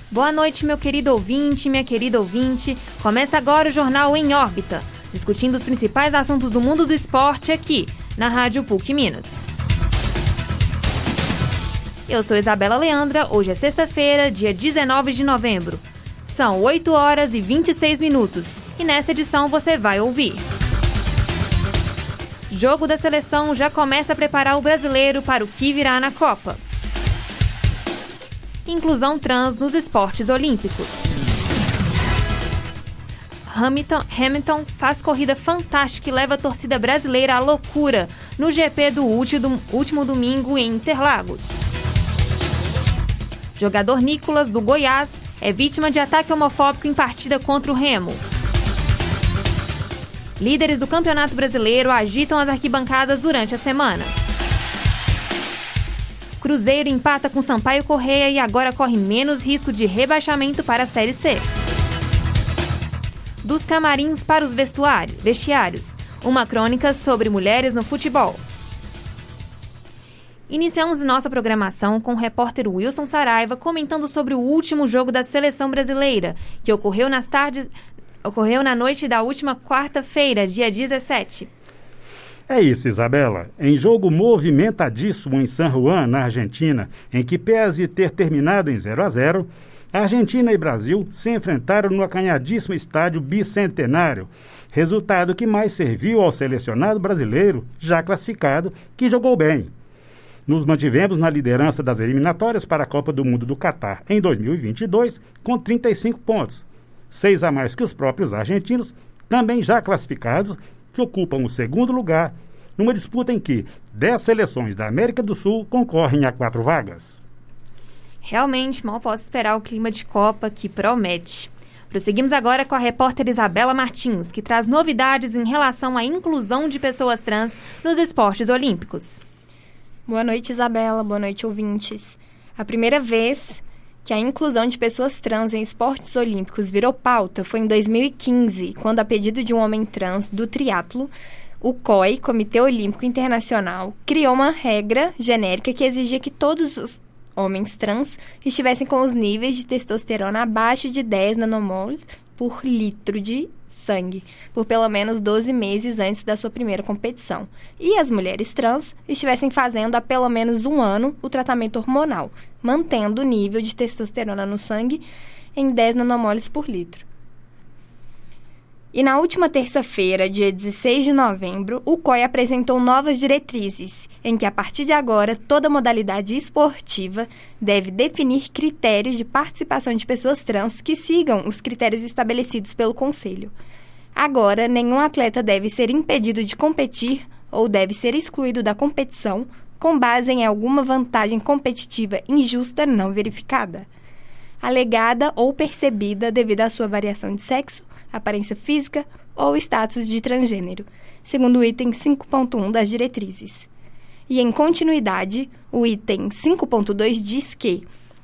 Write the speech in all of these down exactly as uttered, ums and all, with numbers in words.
Boa noite, meu querido ouvinte, minha querida ouvinte. Começa agora o Jornal Em Órbita, discutindo os principais assuntos do mundo do esporte aqui, na Rádio P U C Minas. Eu sou Isabela Leandra, hoje é sexta-feira, dia dezenove de novembro. São oito horas e vinte e seis minutos, e nesta edição você vai ouvir. Jogo da seleção já começa a preparar o brasileiro para o que virá na Copa. Inclusão trans nos esportes olímpicos. Hamilton, Hamilton faz corrida fantástica e leva a torcida brasileira à loucura no G P do último, último domingo em Interlagos. Jogador Nicolas, do Goiás, é vítima de ataque homofóbico em partida contra o Remo. Líderes do Campeonato Brasileiro agitam as arquibancadas durante a semana. Cruzeiro empata com Sampaio Corrêa e agora corre menos risco de rebaixamento para a Série C. Dos camarins para os vestuários, vestiários, uma crônica sobre mulheres no futebol. Iniciamos nossa programação com o repórter Wilson Saraiva comentando sobre o último jogo da seleção brasileira, que ocorreu nas tardes, ocorreu na noite da última quarta-feira, dia dezessete. É isso, Isabela. Em jogo movimentadíssimo em San Juan, na Argentina, em que pese ter terminado em zero a zero, Argentina e Brasil se enfrentaram no acanhadíssimo estádio Bicentenário, resultado que mais serviu ao selecionado brasileiro, já classificado, que jogou bem. Nos mantivemos na liderança das eliminatórias para a Copa do Mundo do Catar em dois mil e vinte e dois, com trinta e cinco pontos, seis a mais que os próprios argentinos, também já classificados, que ocupam o segundo lugar, numa disputa em que dez seleções da América do Sul concorrem a quatro vagas. Realmente, mal posso esperar o clima de Copa que promete. Prosseguimos agora com a repórter Isabela Martins, que traz novidades em relação à inclusão de pessoas trans nos esportes olímpicos. Boa noite, Isabela. Boa noite, ouvintes. A primeira vez que a inclusão de pessoas trans em esportes olímpicos virou pauta foi em dois mil e quinze, quando, a pedido de um homem trans do triatlo, o C O I, Comitê Olímpico Internacional, criou uma regra genérica que exigia que todos os homens trans estivessem com os níveis de testosterona abaixo de dez nanomoles por litro de sangue, por pelo menos doze meses antes da sua primeira competição. E as mulheres trans estivessem fazendo há pelo menos um ano o tratamento hormonal, mantendo o nível de testosterona no sangue em dez nanomoles por litro. E na última terça-feira, dia dezesseis de novembro, o C O I apresentou novas diretrizes, em que, a partir de agora, toda modalidade esportiva deve definir critérios de participação de pessoas trans que sigam os critérios estabelecidos pelo Conselho. Agora, nenhum atleta deve ser impedido de competir ou deve ser excluído da competição com base em alguma vantagem competitiva injusta não verificada, alegada ou percebida devido à sua variação de sexo, aparência física ou status de transgênero, segundo o item cinco ponto um das diretrizes. E, em continuidade, o item cinco ponto dois diz que,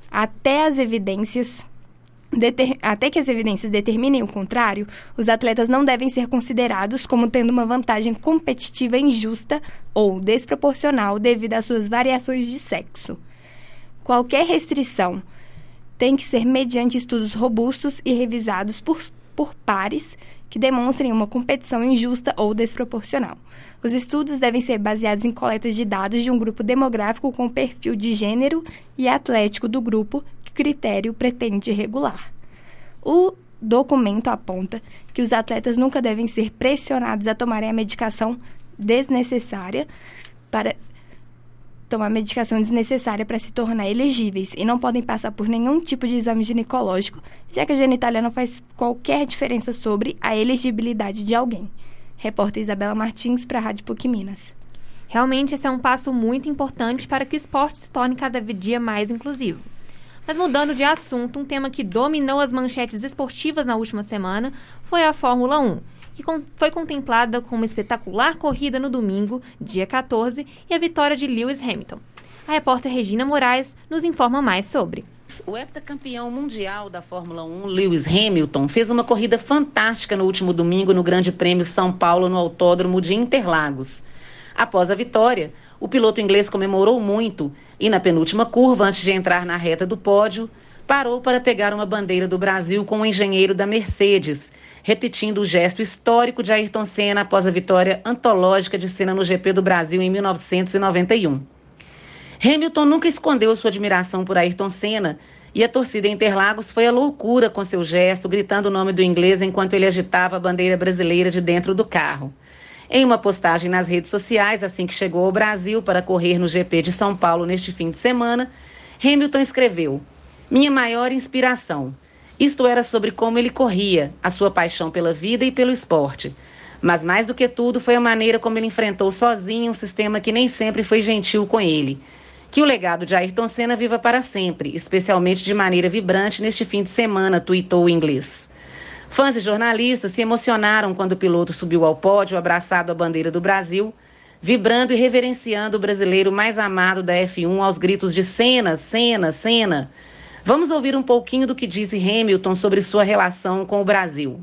até as evidências... Deter... Até que as evidências determinem o contrário, os atletas não devem ser considerados como tendo uma vantagem competitiva injusta ou desproporcional devido às suas variações de sexo. Qualquer restrição tem que ser mediante estudos robustos e revisados por, por pares que demonstrem uma competição injusta ou desproporcional. Os estudos devem ser baseados em coletas de dados de um grupo demográfico com perfil de gênero e atlético do grupo que o critério pretende regular. O documento aponta que os atletas nunca devem ser pressionados a tomarem a medicação desnecessária para tomar medicação desnecessária para se tornar elegíveis e não podem passar por nenhum tipo de exame ginecológico, já que a genitália não faz qualquer diferença sobre a elegibilidade de alguém. Repórter Isabela Martins para a Rádio P U C Minas. Realmente, esse é um passo muito importante para que o esporte se torne cada dia mais inclusivo. Mas mudando de assunto, um tema que dominou as manchetes esportivas na última semana foi a Fórmula um, que foi contemplada com uma espetacular corrida no domingo, dia quatorze, e a vitória de Lewis Hamilton. A repórter Regina Moraes nos informa mais sobre. O heptacampeão mundial da Fórmula um, Lewis Hamilton, fez uma corrida fantástica no último domingo no Grande Prêmio São Paulo, no Autódromo de Interlagos. Após a vitória, o piloto inglês comemorou muito e, na penúltima curva, antes de entrar na reta do pódio, parou para pegar uma bandeira do Brasil com o engenheiro da Mercedes, repetindo o gesto histórico de Ayrton Senna após a vitória antológica de Senna no G P do Brasil em mil novecentos e noventa e um. Hamilton nunca escondeu sua admiração por Ayrton Senna e a torcida em Interlagos foi à loucura com seu gesto, gritando o nome do inglês enquanto ele agitava a bandeira brasileira de dentro do carro. Em uma postagem nas redes sociais, assim que chegou ao Brasil para correr no G P de São Paulo neste fim de semana, Hamilton escreveu: "Minha maior inspiração. Isto era sobre como ele corria, a sua paixão pela vida e pelo esporte. Mas mais do que tudo foi a maneira como ele enfrentou sozinho um sistema que nem sempre foi gentil com ele. Que o legado de Ayrton Senna viva para sempre, especialmente de maneira vibrante neste fim de semana", tuitou o inglês. Fãs e jornalistas se emocionaram quando o piloto subiu ao pódio abraçado à bandeira do Brasil, vibrando e reverenciando o brasileiro mais amado da F um aos gritos de Senna, Senna, Senna. Vamos ouvir um pouquinho do que disse Hamilton sobre sua relação com o Brasil.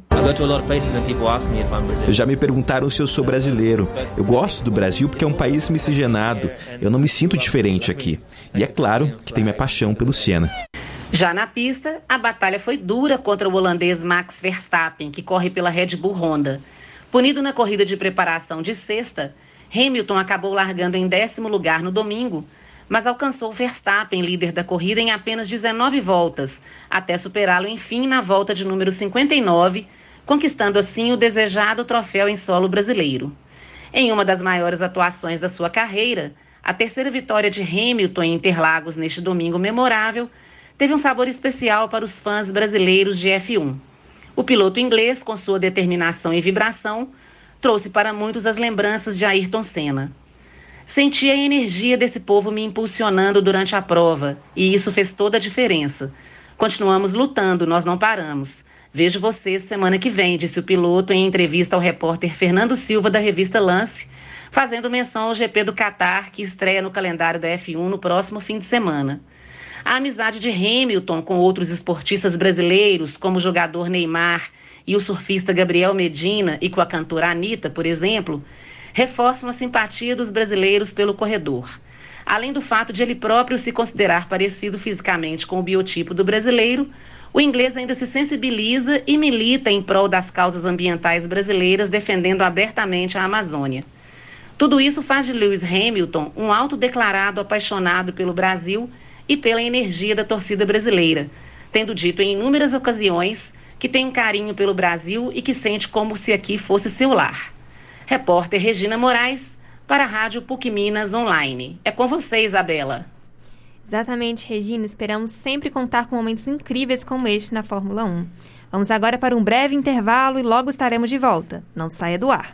Já me perguntaram se eu sou brasileiro. Eu gosto do Brasil porque é um país miscigenado. Eu não me sinto diferente aqui. E é claro que tem minha paixão pelo Senna. Já na pista, a batalha foi dura contra o holandês Max Verstappen, que corre pela Red Bull Honda. Punido na corrida de preparação de sexta, Hamilton acabou largando em décimo lugar no domingo, mas alcançou Verstappen, líder da corrida, em apenas dezenove voltas, até superá-lo, enfim, na volta de número cinquenta e nove, conquistando assim o desejado troféu em solo brasileiro. Em uma das maiores atuações da sua carreira, a terceira vitória de Hamilton em Interlagos neste domingo memorável teve um sabor especial para os fãs brasileiros de F um. O piloto inglês, com sua determinação e vibração, trouxe para muitos as lembranças de Ayrton Senna. Senti a energia desse povo me impulsionando durante a prova, e isso fez toda a diferença. Continuamos lutando, nós não paramos. Vejo vocês semana que vem, disse o piloto em entrevista ao repórter Fernando Silva, da revista Lance, fazendo menção ao G P do Catar, que estreia no calendário da F um no próximo fim de semana. A amizade de Hamilton com outros esportistas brasileiros, como o jogador Neymar e o surfista Gabriel Medina, e com a cantora Anitta, por exemplo, reforçam a simpatia dos brasileiros pelo corredor. Além do fato de ele próprio se considerar parecido fisicamente com o biotipo do brasileiro, o inglês ainda se sensibiliza e milita em prol das causas ambientais brasileiras, defendendo abertamente a Amazônia. Tudo isso faz de Lewis Hamilton um autodeclarado apaixonado pelo Brasil e pela energia da torcida brasileira, tendo dito em inúmeras ocasiões que tem um carinho pelo Brasil e que sente como se aqui fosse seu lar. Repórter Regina Moraes, para a Rádio P U C Minas Online. É com você, Isabela. Exatamente, Regina. Esperamos sempre contar com momentos incríveis como este na Fórmula um. Vamos agora para um breve intervalo e logo estaremos de volta. Não saia do ar.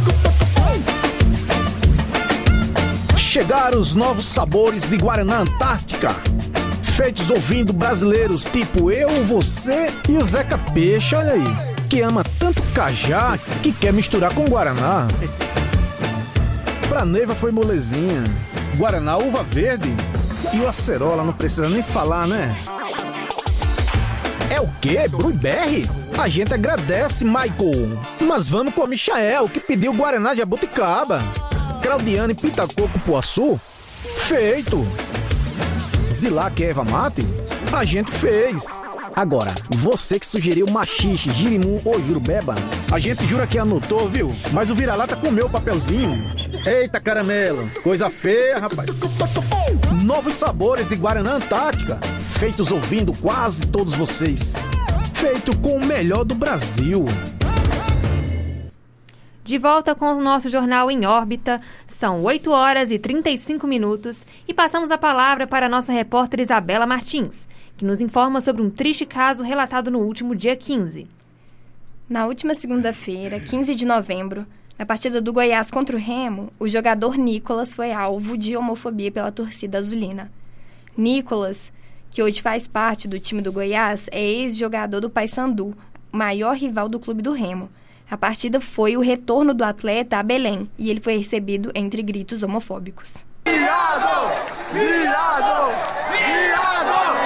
Chegaram os novos sabores de Guaraná Antártica, feitos ouvindo brasileiros tipo eu, você e o Zeca Peixe, olha aí, que ama tanto cajá que quer misturar com Guaraná. Pra Neiva foi molezinha, Guaraná uva verde e o acerola não precisa nem falar, né? É o quê? Blueberry? A gente agradece, Michael. Mas vamos com a Michael, que pediu Guaraná de jabuticaba. Claudiane Pitacoco Poaçu? Feito! Zilac Eva Mate? A gente fez! Agora, você que sugeriu machixe, girimum ou jurubeba, a gente jura que anotou, viu? Mas o vira-lata comeu o papelzinho. Eita caramelo, coisa feia, rapaz! Novos sabores de Guaraná Antártica, feitos ouvindo quase todos vocês. Feito com o melhor do Brasil. De volta com o nosso Jornal em Órbita, são oito horas e trinta e cinco minutos e passamos a palavra para a nossa repórter Isabela Martins, que nos informa sobre um triste caso relatado no último dia quinze. Na última segunda-feira, quinze de novembro, na partida do Goiás contra o Remo, o jogador Nicolas foi alvo de homofobia pela torcida azulina. Nicolas, que hoje faz parte do time do Goiás, é ex-jogador do Paysandu, maior rival do clube do Remo. A partida foi o retorno do atleta a Belém e ele foi recebido entre gritos homofóbicos. Viado! Viado! Viado!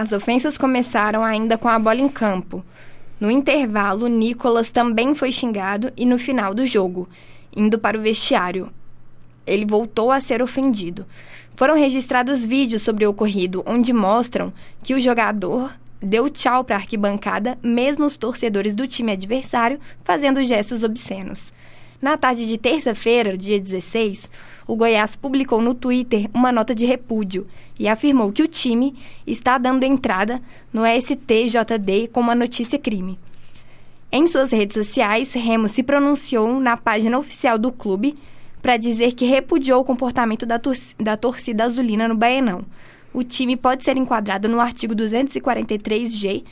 As ofensas começaram ainda com a bola em campo. No intervalo, Nicolas também foi xingado e no final do jogo, indo para o vestiário, ele voltou a ser ofendido. Foram registrados vídeos sobre o ocorrido, onde mostram que o jogador deu tchau para a arquibancada, mesmo os torcedores do time adversário fazendo gestos obscenos. Na tarde de terça-feira, dia dezesseis, o Goiás publicou no Twitter uma nota de repúdio e afirmou que o time está dando entrada no S T J D com uma notícia crime. Em suas redes sociais, Remo se pronunciou na página oficial do clube para dizer que repudiou o comportamento da, tor- da torcida azulina no Baenão. O time pode ser enquadrado no artigo duzentos e quarenta e três G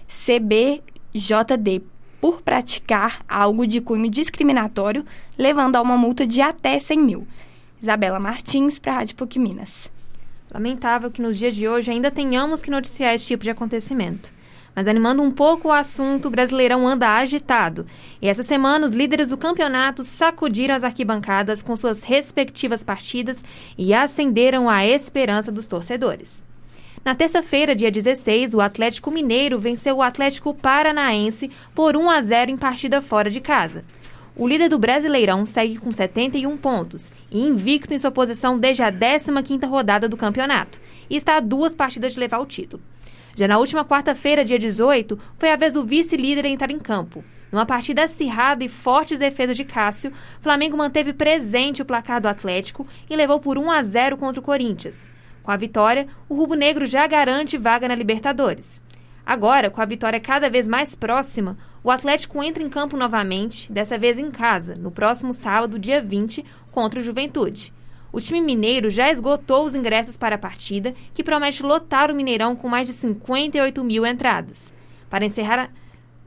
C B J D por praticar algo de cunho discriminatório, levando a uma multa de até cem mil. Isabela Martins, para a Rádio P U C Minas. Lamentável que nos dias de hoje ainda tenhamos que noticiar esse tipo de acontecimento. Mas animando um pouco o assunto, o Brasileirão anda agitado. E essa semana os líderes do campeonato sacudiram as arquibancadas com suas respectivas partidas e acenderam a esperança dos torcedores. Na terça-feira, dia dezesseis, o Atlético Mineiro venceu o Atlético Paranaense por um a zero em partida fora de casa. O líder do Brasileirão segue com setenta e um pontos e invicto em sua posição desde a décima quinta rodada do campeonato e está a duas partidas de levar o título. Já na última quarta-feira, dia dezoito, foi a vez do vice-líder a entrar em campo. Numa partida acirrada e fortes defesas de Cássio, o Flamengo manteve presente o placar do Atlético e levou por um a zero contra o Corinthians. Com a vitória, o rubro-negro já garante vaga na Libertadores. Agora, com a vitória cada vez mais próxima, o Atlético entra em campo novamente, dessa vez em casa, no próximo sábado, dia vinte, contra o Juventude. O time mineiro já esgotou os ingressos para a partida, que promete lotar o Mineirão com mais de cinquenta e oito mil entradas. Para encerrar a...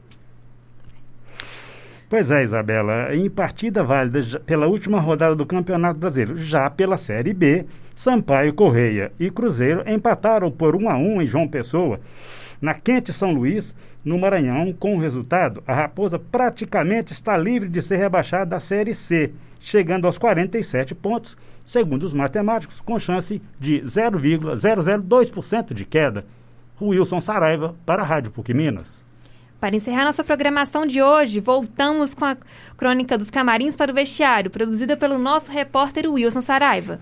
Pois é, Isabela, em partida válida pela última rodada do Campeonato Brasileiro, já pela Série B, Sampaio Correia e Cruzeiro empataram por um a um em João Pessoa, na quente São Luís, no Maranhão. Com o resultado, a Raposa praticamente está livre de ser rebaixada da Série C, chegando aos quarenta e sete pontos, segundo os matemáticos, com chance de zero vírgula zero zero dois por cento de queda. Wilson Saraiva, para a Rádio P U C Minas. Para encerrar nossa programação de hoje, voltamos com a crônica dos Camarins para o Vestiário, produzida pelo nosso repórter Wilson Saraiva.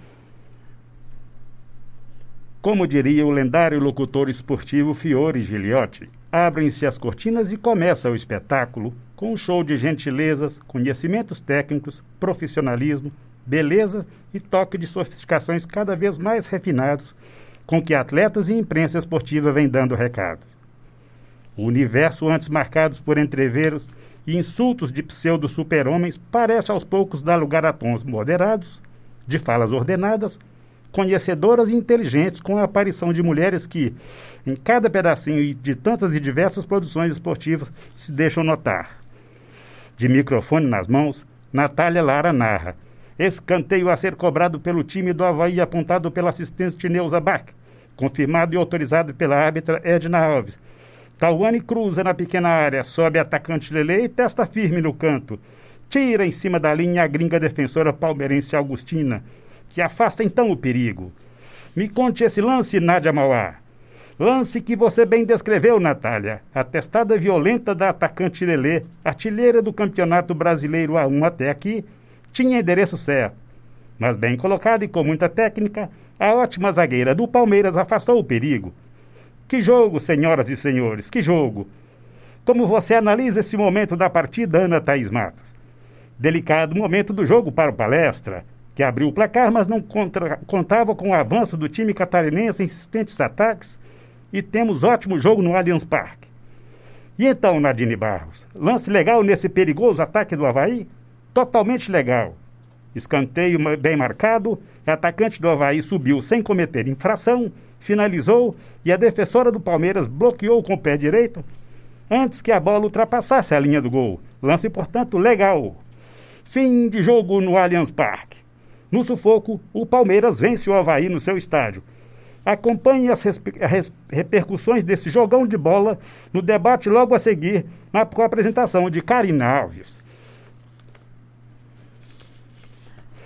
Como diria o lendário locutor esportivo Fiore Gigliotti, abrem-se as cortinas e começa o espetáculo com um show de gentilezas, conhecimentos técnicos, profissionalismo, beleza e toque de sofisticações cada vez mais refinados com que atletas e imprensa esportiva vêm dando recado. O universo antes marcado por entreveros e insultos de pseudo-super-homens parece aos poucos dar lugar a tons moderados, de falas ordenadas, conhecedoras e inteligentes, com a aparição de mulheres que, em cada pedacinho de tantas e diversas produções esportivas, se deixam notar. De microfone nas mãos, Natália Lara narra. Escanteio a ser cobrado pelo time do Avaí, apontado pela assistente Neuza Bach, confirmado e autorizado pela árbitra Edna Alves. Cauane cruza na pequena área, sobe atacante Lele e testa firme no canto. Tira em cima da linha a gringa defensora palmeirense Augustina, que afasta então o perigo. Me conte esse lance, Nádia Mauá. Lance que você bem descreveu, Natália. A testada violenta da atacante Lelê, artilheira do Campeonato Brasileiro A um até aqui, tinha endereço certo. Mas bem colocada e com muita técnica, a ótima zagueira do Palmeiras afastou o perigo. Que jogo, senhoras e senhores, que jogo! Como você analisa esse momento da partida, Ana Thaís Matos? Delicado momento do jogo para o Palestra, que abriu o placar, mas não contra, contava com o avanço do time catarinense em insistentes ataques, e temos ótimo jogo no Allianz Parque. E então, Nadine Barros, lance legal nesse perigoso ataque do Avaí? Totalmente legal. Escanteio bem marcado, a atacante do Avaí subiu sem cometer infração, finalizou e a defensora do Palmeiras bloqueou com o pé direito antes que a bola ultrapassasse a linha do gol. Lance, portanto, legal. Fim de jogo no Allianz Parque. No sufoco, o Palmeiras vence o Avaí no seu estádio. Acompanhe as respe- res- repercussões desse jogão de bola no debate logo a seguir, na, com a apresentação de Karina Alves.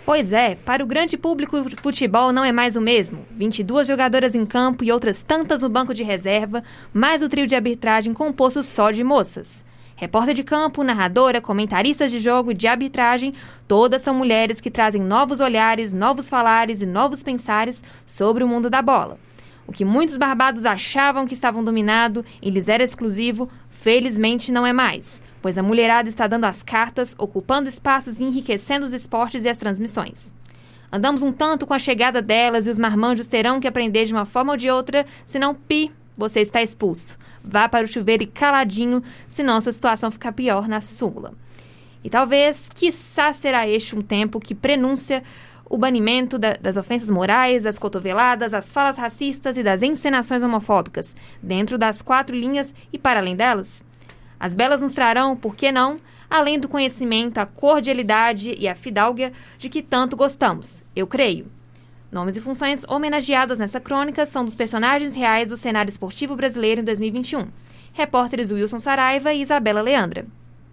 Pois é, para o grande público, o futebol não é mais o mesmo. vinte e duas jogadoras em campo e outras tantas no banco de reserva, mais o trio de arbitragem composto só de moças. Repórter de campo, narradora, comentaristas de jogo e de arbitragem, todas são mulheres que trazem novos olhares, novos falares e novos pensares sobre o mundo da bola. O que muitos barbados achavam que estavam dominado e lhes era exclusivo, felizmente não é mais, pois a mulherada está dando as cartas, ocupando espaços e enriquecendo os esportes e as transmissões. Andamos um tanto com a chegada delas e os marmanjos terão que aprender de uma forma ou de outra, senão pi, você está expulso. Vá para o chuveiro e caladinho, senão sua situação fica pior na súmula. E talvez, quiçá será este um tempo que prenúncia o banimento da, das ofensas morais, das cotoveladas, das falas racistas e das encenações homofóbicas, dentro das quatro linhas e para além delas. As belas nos trarão, por que não, além do conhecimento, a cordialidade e a fidalga de que tanto gostamos, eu creio. Nomes e funções homenageadas nessa crônica são dos personagens reais do cenário esportivo brasileiro em dois mil e vinte e um. Repórteres Wilson Saraiva e Isabela Leandra.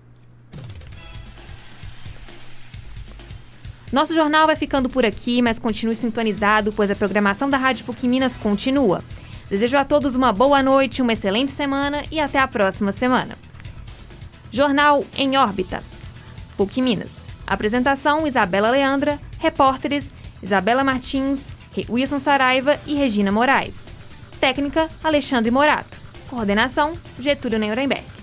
Nosso jornal vai ficando por aqui, mas continue sintonizado, pois a programação da Rádio PUC Minas continua. Desejo a todos uma boa noite, uma excelente semana e até a próxima semana. Jornal em órbita. PUC Minas. Apresentação Isabela Leandra. Repórteres Isabela Martins, Wilson Saraiva e Regina Moraes. Técnica Alexandre Morato. Coordenação Getúlio Nuremberg.